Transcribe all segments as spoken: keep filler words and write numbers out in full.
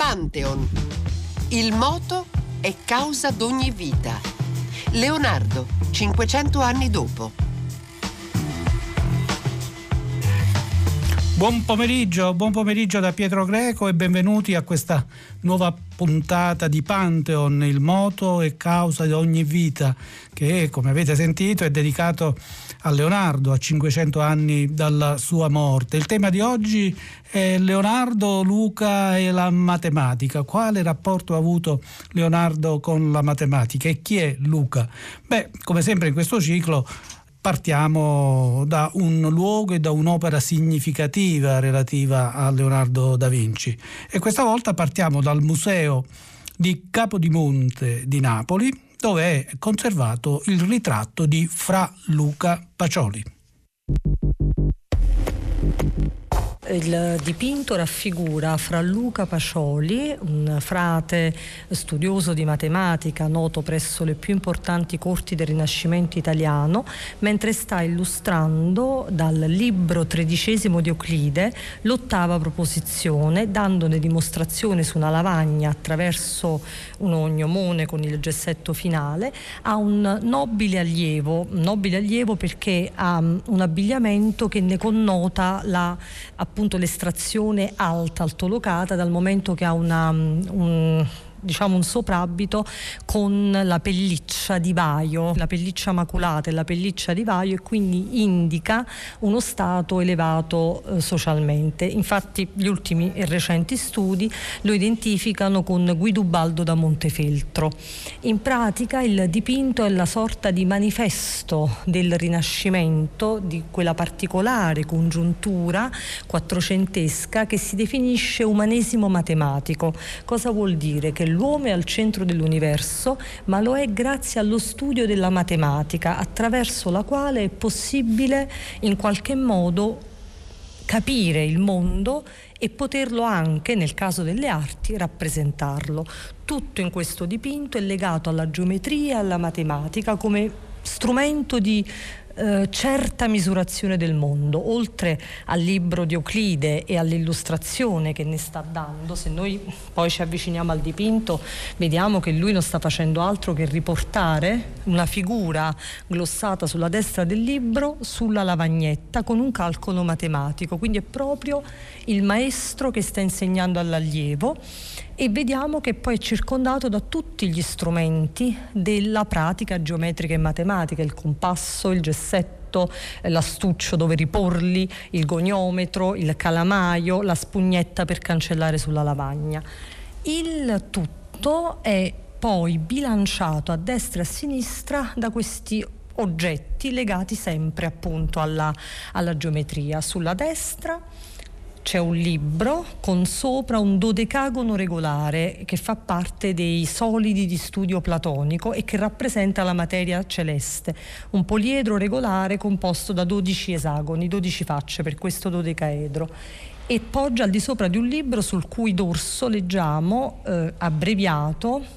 Pantheon. Il moto è causa d'ogni vita. Leonardo, cinquecento anni dopo. Buon pomeriggio, buon pomeriggio da Pietro Greco e benvenuti a questa nuova puntata di Pantheon, il moto è causa di ogni vita, che come avete sentito è dedicato a Leonardo, a cinquecento anni dalla sua morte. Il tema di oggi è Leonardo, Luca e la matematica. Quale rapporto ha avuto Leonardo con la matematica e chi è Luca? Beh, come sempre in questo ciclo partiamo da un luogo e da un'opera significativa relativa a Leonardo da Vinci e questa volta partiamo dal museo di Capodimonte di Napoli, dove è conservato il ritratto di Fra Luca Pacioli. Il dipinto raffigura Fra Luca Pacioli, un frate studioso di matematica noto presso le più importanti corti del Rinascimento italiano, mentre sta illustrando dal libro tredicesimo di Euclide l'ottava proposizione, dandone dimostrazione su una lavagna attraverso un ognomone con il gessetto finale a un nobile allievo, nobile allievo perché ha un abbigliamento che ne connota la appunto l'estrazione alta, altolocata, dal momento che ha una, un, diciamo un soprabito con la pelliccia di vaio, la pelliccia maculata e la pelliccia di vaio, e quindi indica uno stato elevato eh, socialmente. Infatti gli ultimi e recenti studi lo identificano con Guidubaldo da Montefeltro. In pratica il dipinto è la sorta di manifesto del Rinascimento, di quella particolare congiuntura quattrocentesca che si definisce umanesimo matematico. Cosa vuol dire? Che l'uomo è al centro dell'universo, ma lo è grazie allo studio della matematica, attraverso la quale è possibile in qualche modo capire il mondo e poterlo anche, nel caso delle arti, rappresentarlo. Tutto in questo dipinto è legato alla geometria e alla matematica come strumento di Eh, certa misurazione del mondo, oltre al libro di Euclide e all'illustrazione che ne sta dando. Se noi poi ci avviciniamo al dipinto vediamo che lui non sta facendo altro che riportare una figura glossata sulla destra del libro sulla lavagnetta con un calcolo matematico, quindi è proprio il maestro che sta insegnando all'allievo, e vediamo che poi è circondato da tutti gli strumenti della pratica geometrica e matematica, il compasso, il gessetto, l'astuccio dove riporli, il goniometro, il calamaio, la spugnetta per cancellare sulla lavagna. Il tutto è poi bilanciato a destra e a sinistra da questi oggetti legati sempre appunto alla, alla geometria. Sulla destra c'è un libro con sopra un dodecagono regolare che fa parte dei solidi di studio platonico e che rappresenta la materia celeste, un poliedro regolare composto da dodici esagoni, dodici facce, per questo dodecaedro, e poggia al di sopra di un libro sul cui dorso leggiamo eh, abbreviato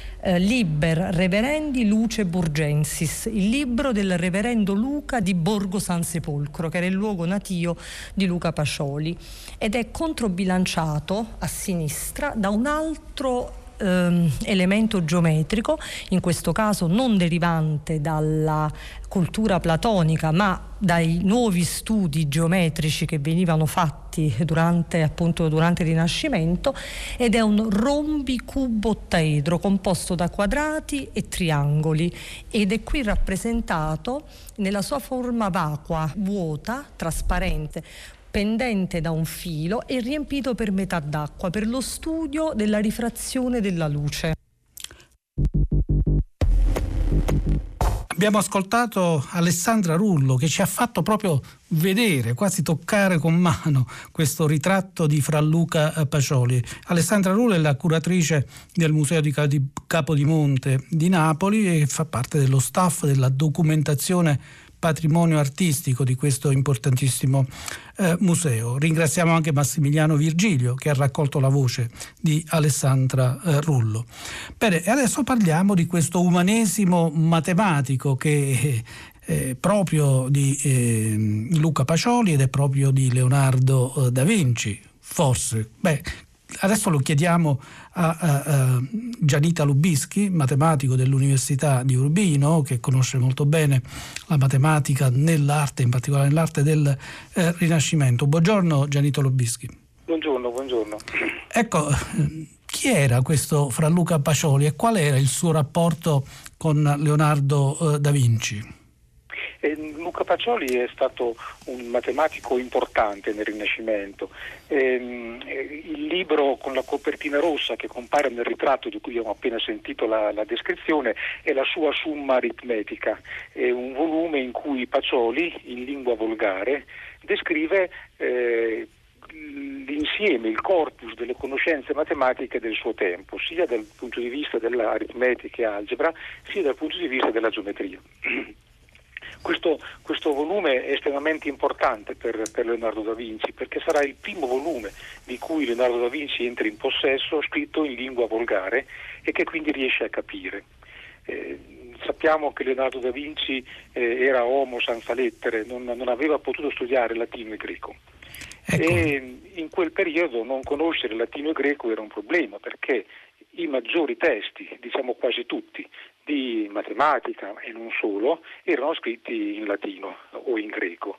Liber Reverendi Luce Burgensis, il libro del reverendo Luca di Borgo San Sepolcro, che era il luogo natio di Luca Pacioli, ed è controbilanciato a sinistra da un altro ehm, elemento geometrico, in questo caso non derivante dalla cultura platonica ma dai nuovi studi geometrici che venivano fatti durante appunto durante il Rinascimento, ed è un rombicubo-ottaedro composto da quadrati e triangoli, ed è qui rappresentato nella sua forma vacua, vuota, trasparente, pendente da un filo e riempito per metà d'acqua per lo studio della rifrazione della luce. Abbiamo ascoltato Alessandra Rullo che ci ha fatto proprio vedere, quasi toccare con mano questo ritratto di Fra Luca Pacioli. Alessandra Rullo è la curatrice del Museo di Capodimonte di Napoli e fa parte dello staff della documentazione patrimonio artistico di questo importantissimo eh, museo. Ringraziamo anche Massimiliano Virgilio che ha raccolto la voce di Alessandra eh, Rullo. Bene, e adesso parliamo di questo umanesimo matematico che è proprio di eh, Luca Pacioli ed è proprio di Leonardo eh, da Vinci, forse. Beh, adesso lo chiediamo a, a, a Gianita Lubischi, matematico dell'Università di Urbino, che conosce molto bene la matematica nell'arte, in particolare nell'arte del eh, Rinascimento. Buongiorno Gianita Lubischi. Buongiorno, buongiorno. Ecco, chi era questo Fra Luca Pacioli e qual era il suo rapporto con Leonardo eh, da Vinci? Luca Pacioli è stato un matematico importante nel Rinascimento. Il libro con la copertina rossa che compare nel ritratto di cui abbiamo appena sentito la, la descrizione è la sua Summa Aritmetica, è un volume in cui Pacioli, in lingua volgare, descrive eh, l'insieme, il corpus delle conoscenze matematiche del suo tempo, sia dal punto di vista dell'aritmetica e algebra, sia dal punto di vista della geometria. Questo, questo volume è estremamente importante per, per Leonardo da Vinci, perché sarà il primo volume di cui Leonardo da Vinci entra in possesso, scritto in lingua volgare e che quindi riesce a capire. Eh, sappiamo che Leonardo da Vinci eh, era homo senza lettere, non, non aveva potuto studiare latino e greco. Ecco. E in quel periodo non conoscere latino e greco era un problema, perché i maggiori testi, diciamo quasi tutti, di matematica e non solo, erano scritti in latino o in greco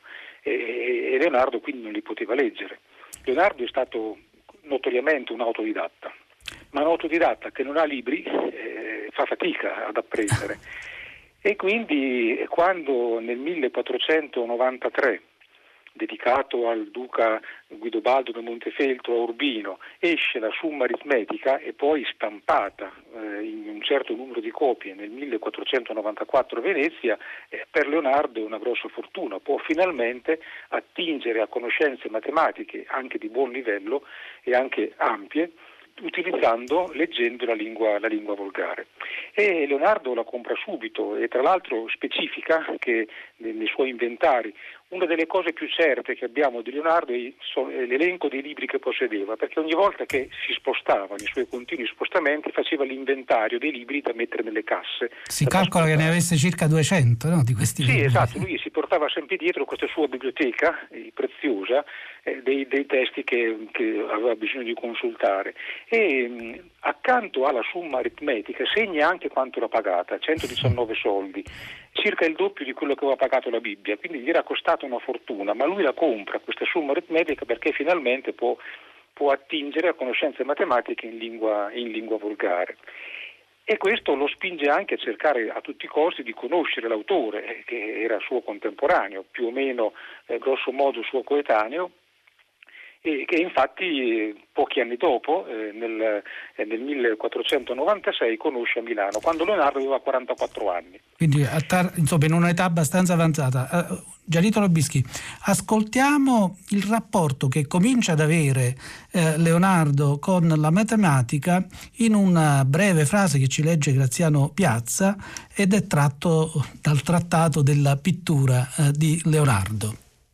e, e Leonardo quindi non li poteva leggere. Leonardo è stato notoriamente un autodidatta, ma un autodidatta che non ha libri eh, fa fatica ad apprendere e quindi quando nel millequattrocentonovantatré, dedicato al duca Guidobaldo da Montefeltro a Urbino, esce la Summa Aritmetica e poi stampata eh, in un certo numero di copie nel millequattrocentonovantaquattro a Venezia, eh, per Leonardo è una grossa fortuna, può finalmente attingere a conoscenze matematiche anche di buon livello e anche ampie, utilizzando, leggendo la lingua, la lingua volgare. E Leonardo la compra subito e tra l'altro specifica che nei suoi inventari una delle cose più certe che abbiamo di Leonardo è l'elenco dei libri che possedeva, perché ogni volta che si spostava nei suoi continui spostamenti faceva l'inventario dei libri da mettere nelle casse. Si calcola che ne avesse circa duecento, no, di questi sì, libri. Sì, esatto, lui si portava sempre dietro questa sua biblioteca eh, preziosa eh, dei, dei testi che, che aveva bisogno di consultare e mh, accanto alla Summa Aritmetica segna anche quanto era pagata, centodiciannove soldi, circa il doppio di quello che aveva pagato la Bibbia, quindi gli era costata una fortuna, ma lui la compra questa Summa Aritmetica perché finalmente può, può attingere a conoscenze matematiche in lingua, in lingua volgare. E questo lo spinge anche a cercare a tutti i costi di conoscere l'autore, eh, che era suo contemporaneo, più o meno eh, grosso modo suo coetaneo, e che infatti eh, pochi anni dopo, eh, nel, eh, nel millequattrocentonovantasei, conosce a Milano, quando Leonardo aveva quarantaquattro anni. Quindi a tar- insomma in un'età abbastanza avanzata. Uh, Gianita Lubischi, ascoltiamo il rapporto che comincia ad avere eh, Leonardo con la matematica in una breve frase che ci legge Graziano Piazza ed è tratto dal trattato della pittura eh, di Leonardo.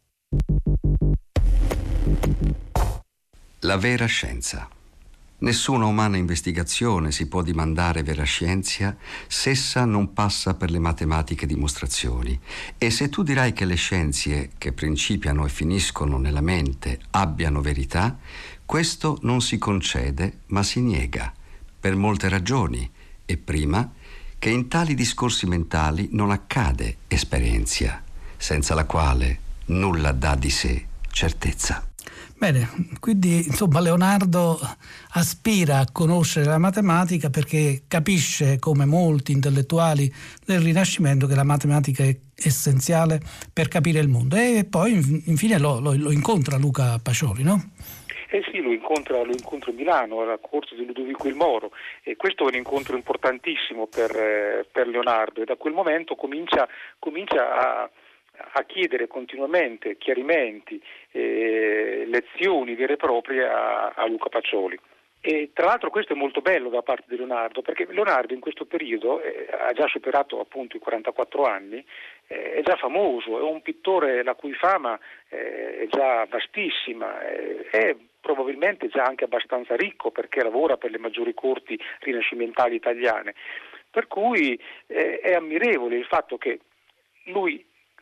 La vera scienza. Nessuna umana investigazione si può dimandare vera scienza se essa non passa per le matematiche dimostrazioni. E se tu dirai che le scienze che principiano e finiscono nella mente abbiano verità, questo non si concede ma si niega, per molte ragioni, e prima che in tali discorsi mentali non accade esperienza, senza la quale nulla dà di sé certezza. Bene, quindi insomma Leonardo aspira a conoscere la matematica perché capisce, come molti intellettuali del Rinascimento, che la matematica è essenziale per capire il mondo. E poi infine lo, lo, lo incontra Luca Pacioli, no? Eh sì, lo incontra, lo incontra a Milano, alla corte di Ludovico il Moro, e questo è un incontro importantissimo per, eh, per Leonardo, e da quel momento comincia, comincia a a chiedere continuamente chiarimenti, eh, lezioni vere e proprie a, a Luca Pacioli. E tra l'altro questo è molto bello da parte di Leonardo, perché Leonardo in questo periodo eh, ha già superato appunto i quarantaquattro anni, eh, è già famoso, è un pittore la cui fama eh, è già vastissima, eh, è probabilmente già anche abbastanza ricco perché lavora per le maggiori corti rinascimentali italiane, per cui eh, è ammirevole il fatto che lui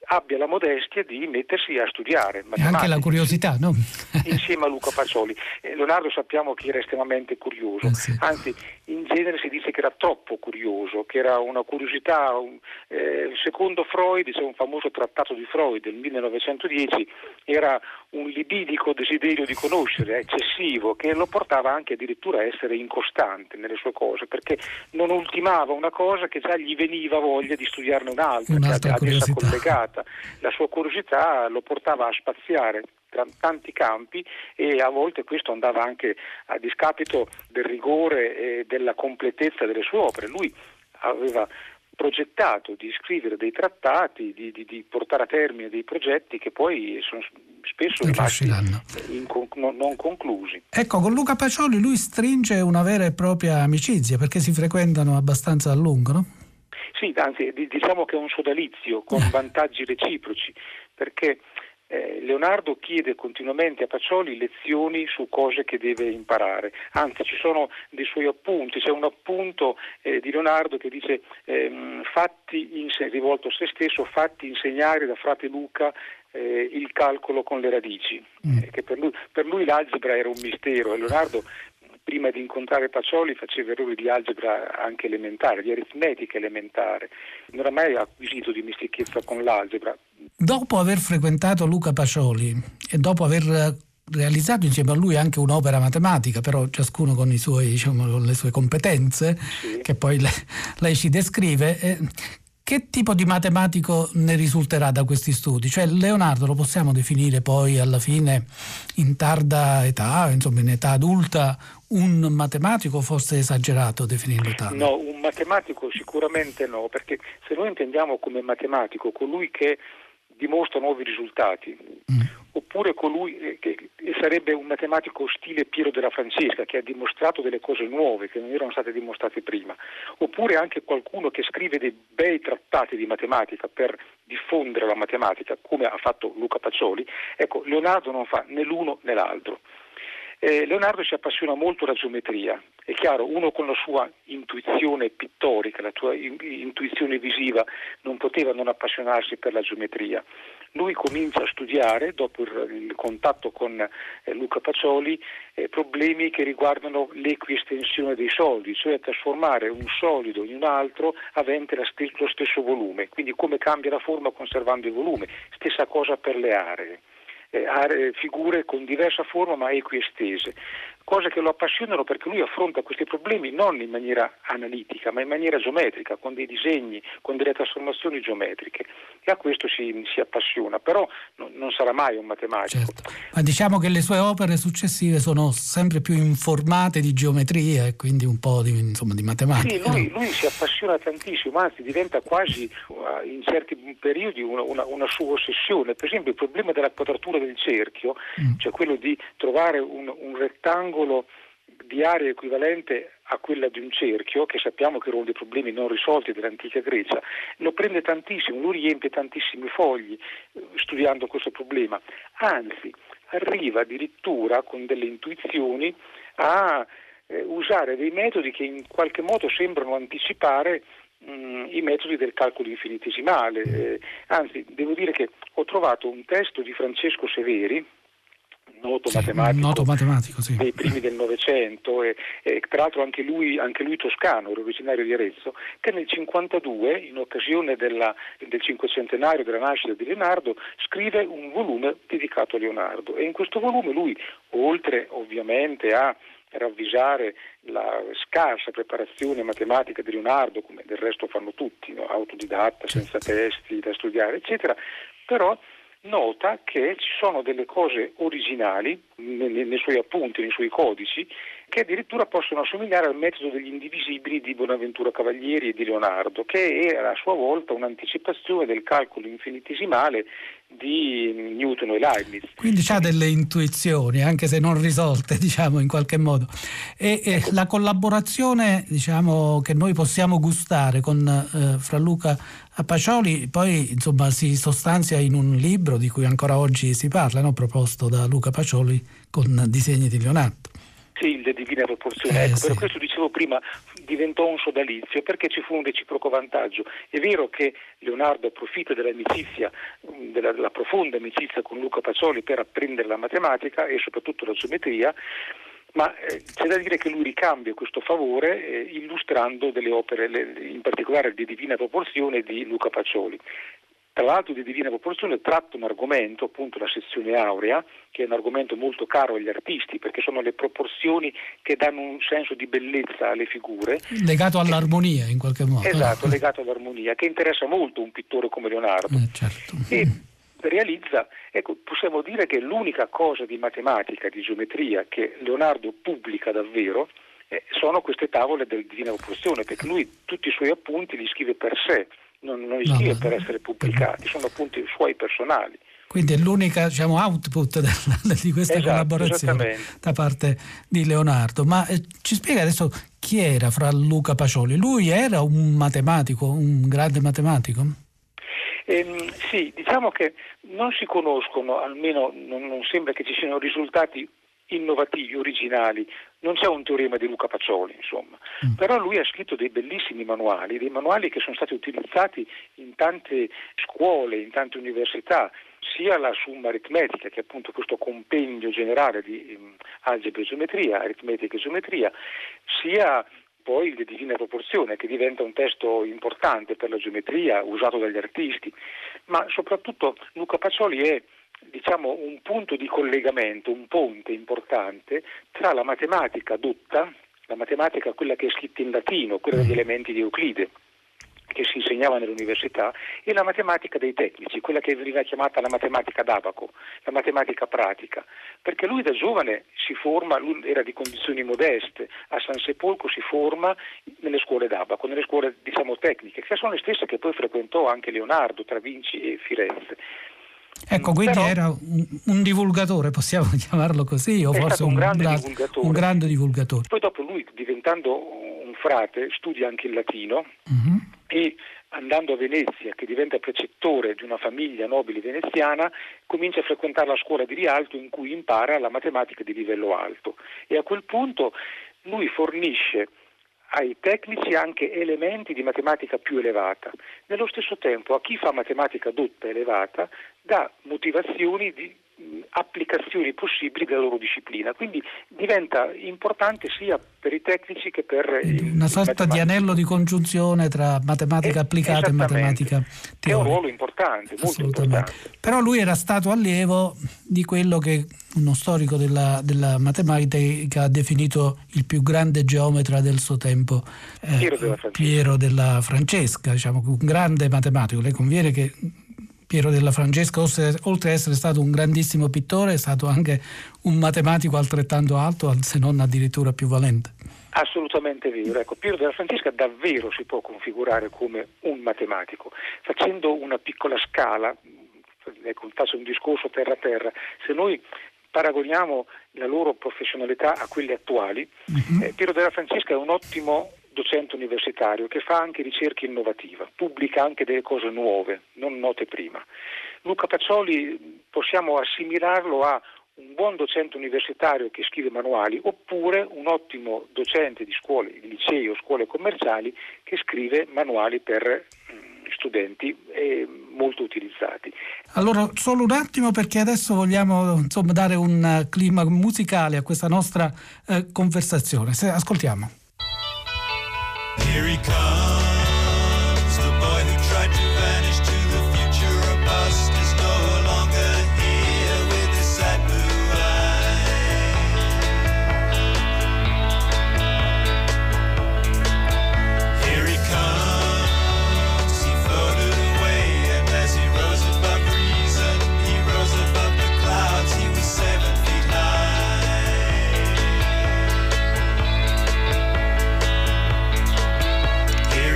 abbia la modestia di mettersi a studiare e anche la curiosità, no? Insieme a Luca Pacioli. eh, Leonardo sappiamo che era estremamente curioso, eh sì. anzi in genere si dice che era troppo curioso, che era una curiosità un, eh, secondo Freud, c'è un famoso trattato di Freud del millenovecentodieci, era un libidico desiderio di conoscere eccessivo, che lo portava anche addirittura a essere incostante nelle sue cose, perché non ultimava una cosa che già gli veniva voglia di studiarne un'altra, un'altra che ad essa curiosità. collegata. La sua curiosità lo portava a spaziare tra tanti campi, e a volte questo andava anche a discapito del rigore e della completezza delle sue opere. Lui aveva progettato di scrivere dei trattati, di, di, di portare a termine dei progetti che poi sono spesso rimasti in, non, non conclusi. Ecco, con Luca Pacioli lui stringe una vera e propria amicizia, perché si frequentano abbastanza a lungo, no? Sì, anzi diciamo che è un sodalizio con vantaggi reciproci, perché Eh, Leonardo chiede continuamente a Pacioli lezioni su cose che deve imparare, anzi ci sono dei suoi appunti, c'è un appunto eh, di Leonardo che dice ehm, fatti inse- rivolto a se stesso, fatti insegnare da frate Luca eh, il calcolo con le radici, mm. eh, che per lui, per lui l'algebra era un mistero, e Leonardo prima di incontrare Pacioli faceva errori di algebra anche elementare, di aritmetica elementare, non ha mai acquisito dimestichezza con l'algebra. Dopo aver frequentato Luca Pacioli e dopo aver realizzato insieme a lui anche un'opera matematica, però ciascuno con i suoi, diciamo, con le sue competenze, sì, che poi lei, lei ci descrive, eh, che tipo di matematico ne risulterà da questi studi? Cioè Leonardo lo possiamo definire poi alla fine in tarda età, insomma in età adulta, un matematico, forse esagerato definirlo tale? No, un matematico sicuramente no, perché se noi intendiamo come matematico colui che dimostra nuovi risultati, mm. oppure colui che sarebbe un matematico stile Piero della Francesca, che ha dimostrato delle cose nuove che non erano state dimostrate prima, oppure anche qualcuno che scrive dei bei trattati di matematica per diffondere la matematica, come ha fatto Luca Pacioli. Ecco, Leonardo non fa né l'uno né l'altro. Eh, Leonardo si appassiona molto alla geometria, è chiaro, uno con la sua intuizione pittorica, la sua intuizione visiva non poteva non appassionarsi per la geometria. Lui comincia a studiare, dopo il, il contatto con eh, Luca Pacioli, eh, problemi che riguardano l'equiestensione dei solidi, cioè trasformare un solido in un altro avente la st- lo stesso volume, quindi come cambia la forma conservando il volume, stessa cosa per le aree. Eh, figure con diversa forma ma equiestese, cose che lo appassionano perché lui affronta questi problemi non in maniera analitica ma in maniera geometrica, con dei disegni, con delle trasformazioni geometriche, e a questo si, si appassiona, però non, non sarà mai un matematico. Certo. Ma diciamo che le sue opere successive sono sempre più informate di geometria e quindi un po' di, insomma, di matematica. Sì, lui, lui si appassiona tantissimo, anzi diventa quasi in certi periodi una, una, una sua ossessione. Per esempio il problema della quadratura del cerchio, mm. cioè quello di trovare un, un rettangolo di area equivalente a quella di un cerchio, che sappiamo che erano dei problemi non risolti dell'antica Grecia, lo prende tantissimo, lui riempie tantissimi fogli eh, studiando questo problema, anzi arriva addirittura con delle intuizioni a eh, usare dei metodi che in qualche modo sembrano anticipare i metodi del calcolo infinitesimale, eh, anzi devo dire che ho trovato un testo di Francesco Severi, noto, sì, matematico, noto matematico sì. dei primi del Novecento, e, e peraltro anche lui, anche lui toscano, era originario di Arezzo, che nel cinquantadue, in occasione della, del cinquecentenario della nascita di Leonardo, scrive un volume dedicato a Leonardo, e in questo volume lui, oltre ovviamente a ravvisare la scarsa preparazione matematica di Leonardo, come del resto fanno tutti, no? Autodidatta, senza testi da studiare, eccetera, però nota che ci sono delle cose originali nei, nei suoi appunti, nei suoi codici, che addirittura possono assomigliare al metodo degli indivisibili di Bonaventura Cavalieri e di Leonardo, che era a sua volta un'anticipazione del calcolo infinitesimale di Newton e Leibniz. Quindi c'ha delle intuizioni, anche se non risolte, diciamo, in qualche modo. E, e la collaborazione, diciamo, che noi possiamo gustare con eh, fra Luca Pacioli, poi insomma si sostanzia in un libro di cui ancora oggi si parla, no? Proposto da Luca Pacioli con disegni di Leonardo. Sì, le divine proporzioni. Eh, ecco, sì. Per questo dicevo prima, diventò un sodalizio, perché ci fu un reciproco vantaggio. È vero che Leonardo approfitta dell'amicizia, della, della profonda amicizia con Luca Pacioli per apprendere la matematica e soprattutto la geometria, ma eh, c'è da dire che lui ricambia questo favore eh, illustrando delle opere, le, in particolare di Divina Proporzione di Luca Pacioli. Tra l'altro di Divina Proporzione tratta un argomento, appunto la sezione aurea, che è un argomento molto caro agli artisti, perché sono le proporzioni che danno un senso di bellezza alle figure. Legato all'armonia in qualche modo. Esatto, legato all'armonia, che interessa molto un pittore come Leonardo. Eh, certo. E realizza, ecco, possiamo dire che l'unica cosa di matematica, di geometria che Leonardo pubblica davvero eh, sono queste tavole del Divina Proporzione, perché lui tutti i suoi appunti li scrive per sé. Non, non li scrive no, per essere pubblicati, sono appunti suoi personali. Quindi è l'unica, diciamo, output della, di questa esatto, collaborazione da parte di Leonardo. Ma eh, ci spiega adesso chi era fra Luca Pacioli? Lui era un matematico, un grande matematico? Ehm, sì, diciamo che non si conoscono, almeno non, non sembra che ci siano risultati innovativi, originali. Non c'è un teorema di Luca Pacioli, insomma, mm. però lui ha scritto dei bellissimi manuali, dei manuali che sono stati utilizzati in tante scuole, in tante università, sia la Summa Aritmetica, che è appunto questo compendio generale di um, algebra e geometria, aritmetica e geometria, sia poi le Divine Proporzioni, che diventa un testo importante per la geometria, usato dagli artisti, ma soprattutto Luca Pacioli è, diciamo, un punto di collegamento, un ponte importante tra la matematica dotta, la matematica quella che è scritta in latino, quella degli elementi di Euclide, che si insegnava nell'università, e la matematica dei tecnici, quella che veniva chiamata la matematica d'abaco, la matematica pratica, perché lui da giovane si forma, lui era di condizioni modeste, a San Sepolcro si forma nelle scuole d'abaco, nelle scuole, diciamo, tecniche, che sono le stesse che poi frequentò anche Leonardo tra Vinci e Firenze. Ecco, quindi Però, era un, un divulgatore, possiamo chiamarlo così, o forse un, un grande, bra- divulgatore. un grande divulgatore. Poi dopo lui, diventando un frate, studia anche il latino Uh-huh. e andando a Venezia, che diventa precettore di una famiglia nobile veneziana, comincia a frequentare la scuola di Rialto, in cui impara la matematica di livello alto, e a quel punto lui fornisce ai tecnici anche elementi di matematica più elevata. Nello stesso tempo a chi fa matematica dotta elevata dà motivazioni di mh, applicazioni possibili della loro disciplina, quindi diventa importante sia per i tecnici che per i, una sorta di anello di congiunzione tra matematica eh, applicata e matematica teorica. È un ruolo importante, molto importante. Però lui era stato allievo di quello che uno storico della, della matematica ha definito il più grande geometra del suo tempo, eh, Piero della Francesca, Piero della Francesca, diciamo, un grande matematico. Lei conviene che Piero della Francesca, oltre ad essere stato un grandissimo pittore, è stato anche un matematico altrettanto alto, se non addirittura più valente. Assolutamente vero. Ecco, Piero della Francesca davvero si può configurare come un matematico. Facendo una piccola scala, ecco, faccio un discorso terra a terra, se noi paragoniamo la loro professionalità a quelle attuali, uh-huh. eh, Piero della Francesca è un ottimo docente universitario che fa anche ricerca innovativa, pubblica anche delle cose nuove, non note prima. Luca Pacioli possiamo assimilarlo a un buon docente universitario che scrive manuali, oppure un ottimo docente di scuole, di licei o scuole commerciali che scrive manuali per mh, studenti eh, molto utilizzati. Allora, solo un attimo, perché adesso vogliamo, insomma, dare un clima musicale a questa nostra eh, conversazione. Se, ascoltiamo. Here he comes, the boy who tried to vanish to the future or bust is no longer here with his sad blue eyes. Here he comes, he floated away, and as he rose above reason, he rose above the clouds, he was seven feet high. Here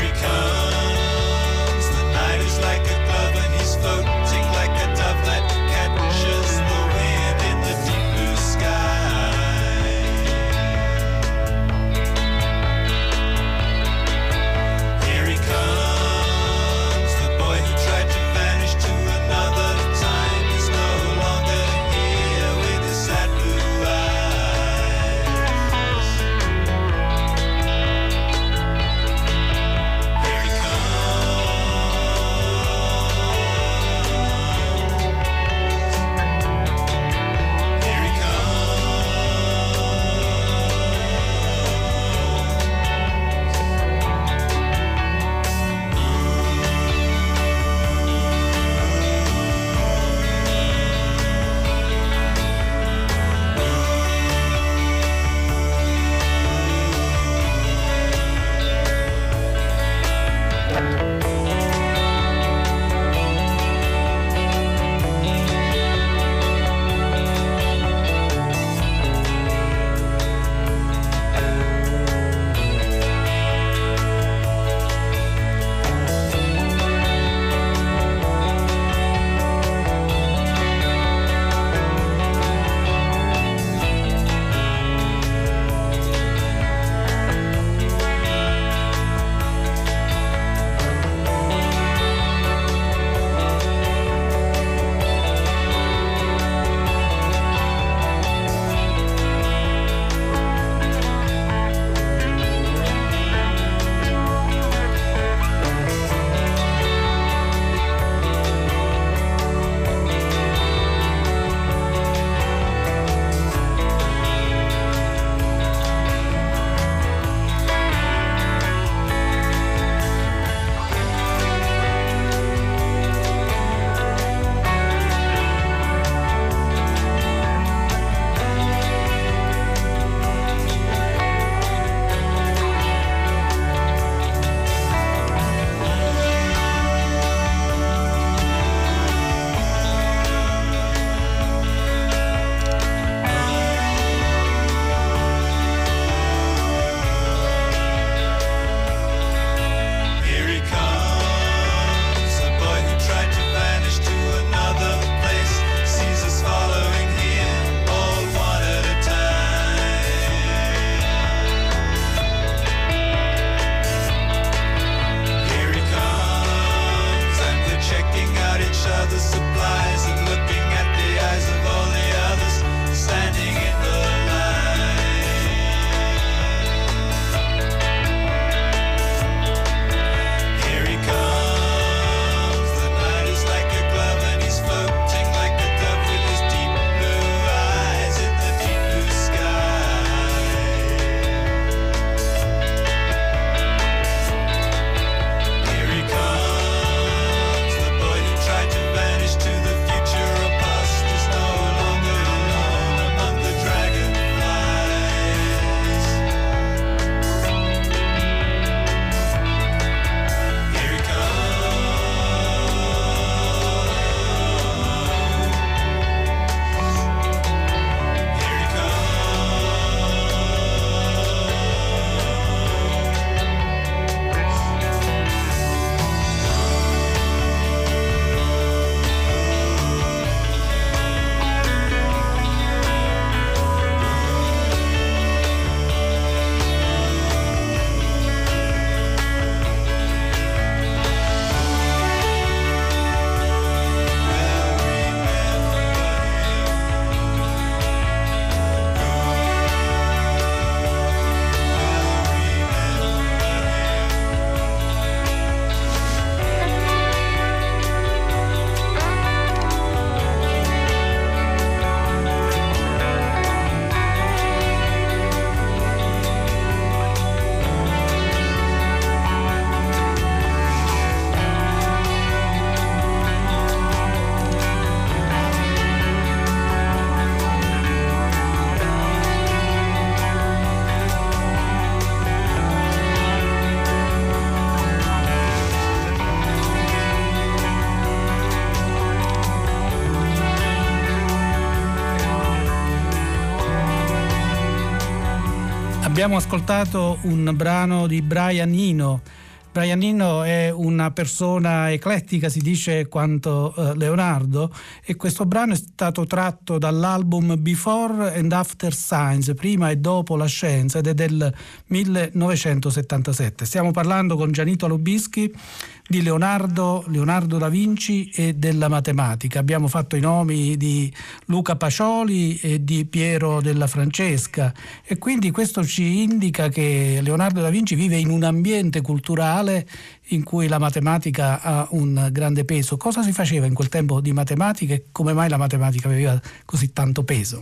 Abbiamo ascoltato un brano di Brian Eno. Brian Eno è una persona eclettica, si dice, quanto eh, Leonardo, e questo brano è stato tratto dall'album Before and After Science, prima e dopo la scienza, ed è del millenovecentosettantasette. Stiamo parlando con Gianito Lubischi di Leonardo, Leonardo da Vinci e della matematica. Abbiamo fatto i nomi di Luca Pacioli e di Piero della Francesca, e quindi questo ci indica che Leonardo da Vinci vive in un ambiente culturale in cui la matematica ha un grande peso. Cosa si faceva in quel tempo di matematica e come mai la matematica aveva così tanto peso?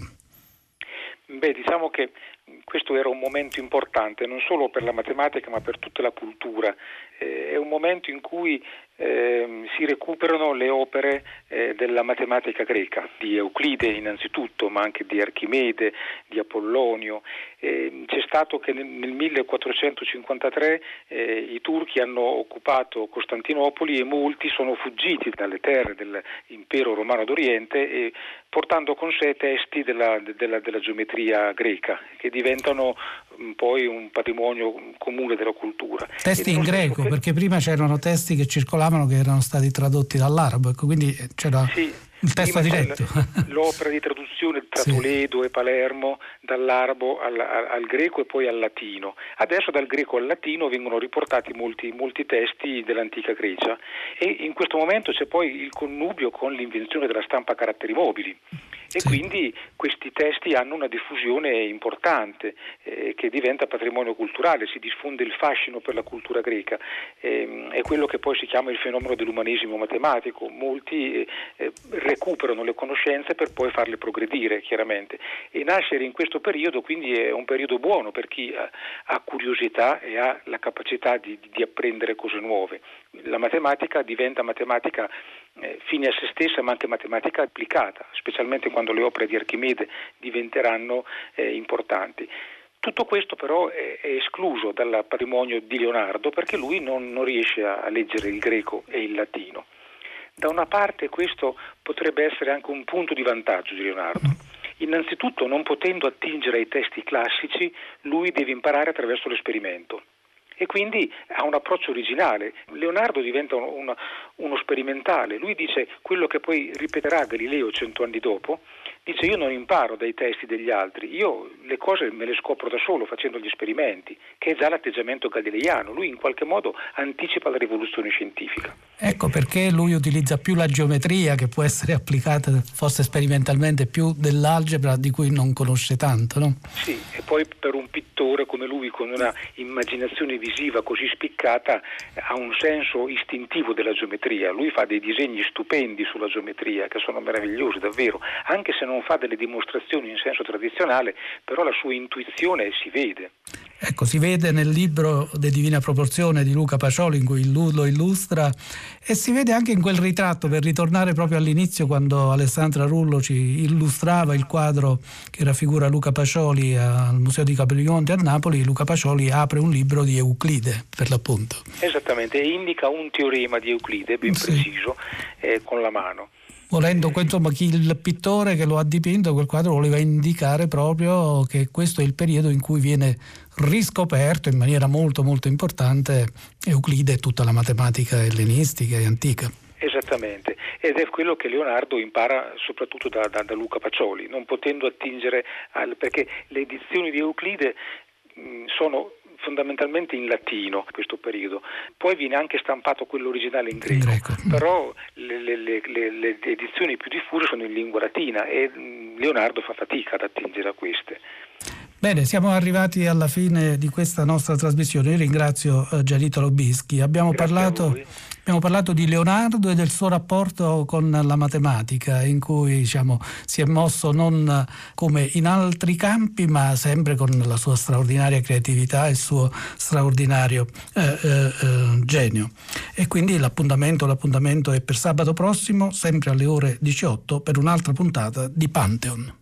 Beh, diciamo che questo era un momento importante non solo per la matematica ma per tutta la cultura. Eh, è un momento in cui eh, si recuperano le opere eh, della matematica greca, di Euclide innanzitutto, ma anche di Archimede, di Apollonio. Eh, c'è stato che nel, nel millequattrocentocinquantatré eh, i turchi hanno occupato Costantinopoli e molti sono fuggiti dalle terre dell'impero romano d'Oriente e portando con sé testi della, della, della geometria greca che diventano poi un patrimonio comune della cultura. Testi in greco, che... perché prima c'erano testi che circolavano che erano stati tradotti dall'arabo, quindi c'era sì, il testo diretto. L'opera di traduzione tra sì. Toledo e Palermo dall'arabo al, al, al greco e poi al latino. Adesso dal greco al latino vengono riportati molti, molti testi dell'antica Grecia e in questo momento c'è poi il connubio con l'invenzione della stampa a caratteri mobili. E sì. Quindi questi testi hanno una diffusione importante eh, che diventa patrimonio culturale, si diffonde il fascino per la cultura greca, eh, è quello che poi si chiama il fenomeno dell'umanesimo matematico. Molti eh, recuperano le conoscenze per poi farle progredire, chiaramente, e nascere in questo periodo quindi è un periodo buono per chi ha, ha curiosità e ha la capacità di, di apprendere cose nuove. La matematica diventa matematica eh, fine a se stessa, ma anche matematica applicata, specialmente quando le opere di Archimede diventeranno eh, importanti. Tutto questo però è, è escluso dal patrimonio di Leonardo perché lui non, non riesce a, a leggere il greco e il latino. Da una parte questo potrebbe essere anche un punto di vantaggio di Leonardo. Innanzitutto, non potendo attingere ai testi classici, lui deve imparare attraverso l'esperimento. E quindi ha un approccio originale. Leonardo diventa un, un, uno sperimentale. Lui dice quello che poi ripeterà Galileo cento anni dopo, dice io non imparo dai testi degli altri, io le cose me le scopro da solo facendo gli esperimenti, che è già l'atteggiamento galileiano. Lui in qualche modo anticipa la rivoluzione scientifica. Ecco perché lui utilizza più la geometria, che può essere applicata forse sperimentalmente, più dell'algebra di cui non conosce tanto, no? Sì, e poi per un pittore come lui, con una immaginazione visiva così spiccata, ha un senso istintivo della geometria. Lui fa dei disegni stupendi sulla geometria che sono meravigliosi davvero, anche se non fa delle dimostrazioni in senso tradizionale, però la sua intuizione si vede. Ecco, si vede nel libro De Divina Proporzione di Luca Pacioli, in cui lo illustra, e si vede anche in quel ritratto, per ritornare proprio all'inizio, quando Alessandra Rullo ci illustrava il quadro che raffigura Luca Pacioli al Museo di Capodimonte a Napoli. Luca Pacioli apre un libro di Euclide, per l'appunto. Esattamente, e indica un teorema di Euclide ben sì. preciso eh, con la mano. Volendo, insomma, chi il pittore che lo ha dipinto quel quadro voleva indicare proprio che questo è il periodo in cui viene riscoperto in maniera molto molto importante Euclide e tutta la matematica ellenistica e antica. Esattamente, ed è quello che Leonardo impara soprattutto da, da, da Luca Pacioli, non potendo attingere al, perché le edizioni di Euclide mh, sono fondamentalmente in latino questo periodo, poi viene anche stampato quello originale in greco, in greco. Però le, le, le, le edizioni più diffuse sono in lingua latina e Leonardo fa fatica ad attingere a queste. Bene, siamo arrivati alla fine di questa nostra trasmissione. Io ringrazio eh, Gianito Lubischi. Abbiamo parlato, abbiamo parlato di Leonardo e del suo rapporto con la matematica, in cui diciamo, si è mosso non come in altri campi, ma sempre con la sua straordinaria creatività e il suo straordinario eh, eh, genio. E quindi l'appuntamento, l'appuntamento è per sabato prossimo, sempre alle ore diciotto, per un'altra puntata di Pantheon.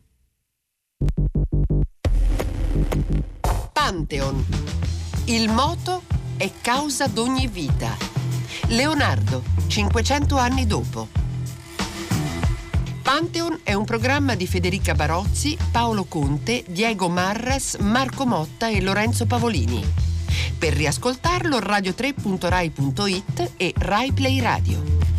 Pantheon. Il moto è causa d'ogni vita. Leonardo, cinquecento anni dopo. Pantheon è un programma di Federica Barozzi, Paolo Conte, Diego Marras, Marco Motta e Lorenzo Pavolini. Per riascoltarlo radio tre punto rai punto it e Rai Play Radio.